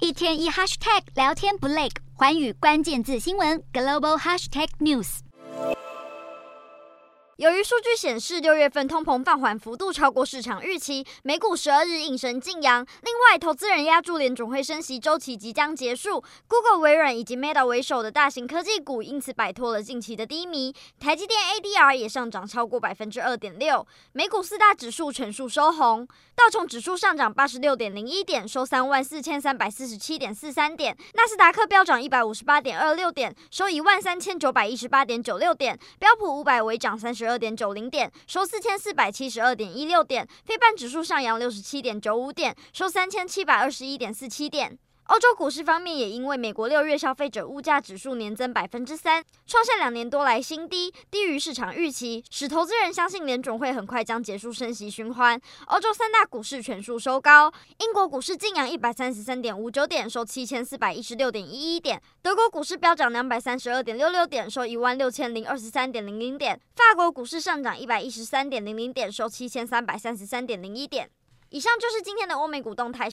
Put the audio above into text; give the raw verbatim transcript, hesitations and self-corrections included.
一天一 hashtag 聊天不累，寰宇关键字新闻 global hashtag news。 由于数据显示，六月份通膨放缓幅度超过市场预期，美股十二日应声劲扬。另外，投资人押注联准会升息周期即将结束 ，Google、微软以及 Meta 为首的大型科技股因此摆脱了近期的低迷。台积电 A D R 也上涨超过百分之二点六。美股四大指数全数收红，道琼指数上涨八十六点零一点，收三万四千三百四十七点四三点；纳斯达克飙涨一百五十八点二六点，收一万三千九百一十八点九六点；标普五百微涨三十二点九零点，收四千四百七十二点一六点；非半指数上扬六十七点九五点，收三千七百二十一点四七点。欧洲股市方面，也因为美国六月消费者物价指数年增百分之三，创下两年多来新低，低于市场预期，使投资人相信联准会很快将结束升息循环。欧洲三大股市全数收高，英国股市劲扬一百三十三点五九点，收七千四百一十六点一一点；德国股市飙涨两百三十二点六六点，收一万六千零二十三点零零点；法国股市上涨一百一十三点零零点，收七千三百三十三点零一点。以上就是今天的欧美股动态。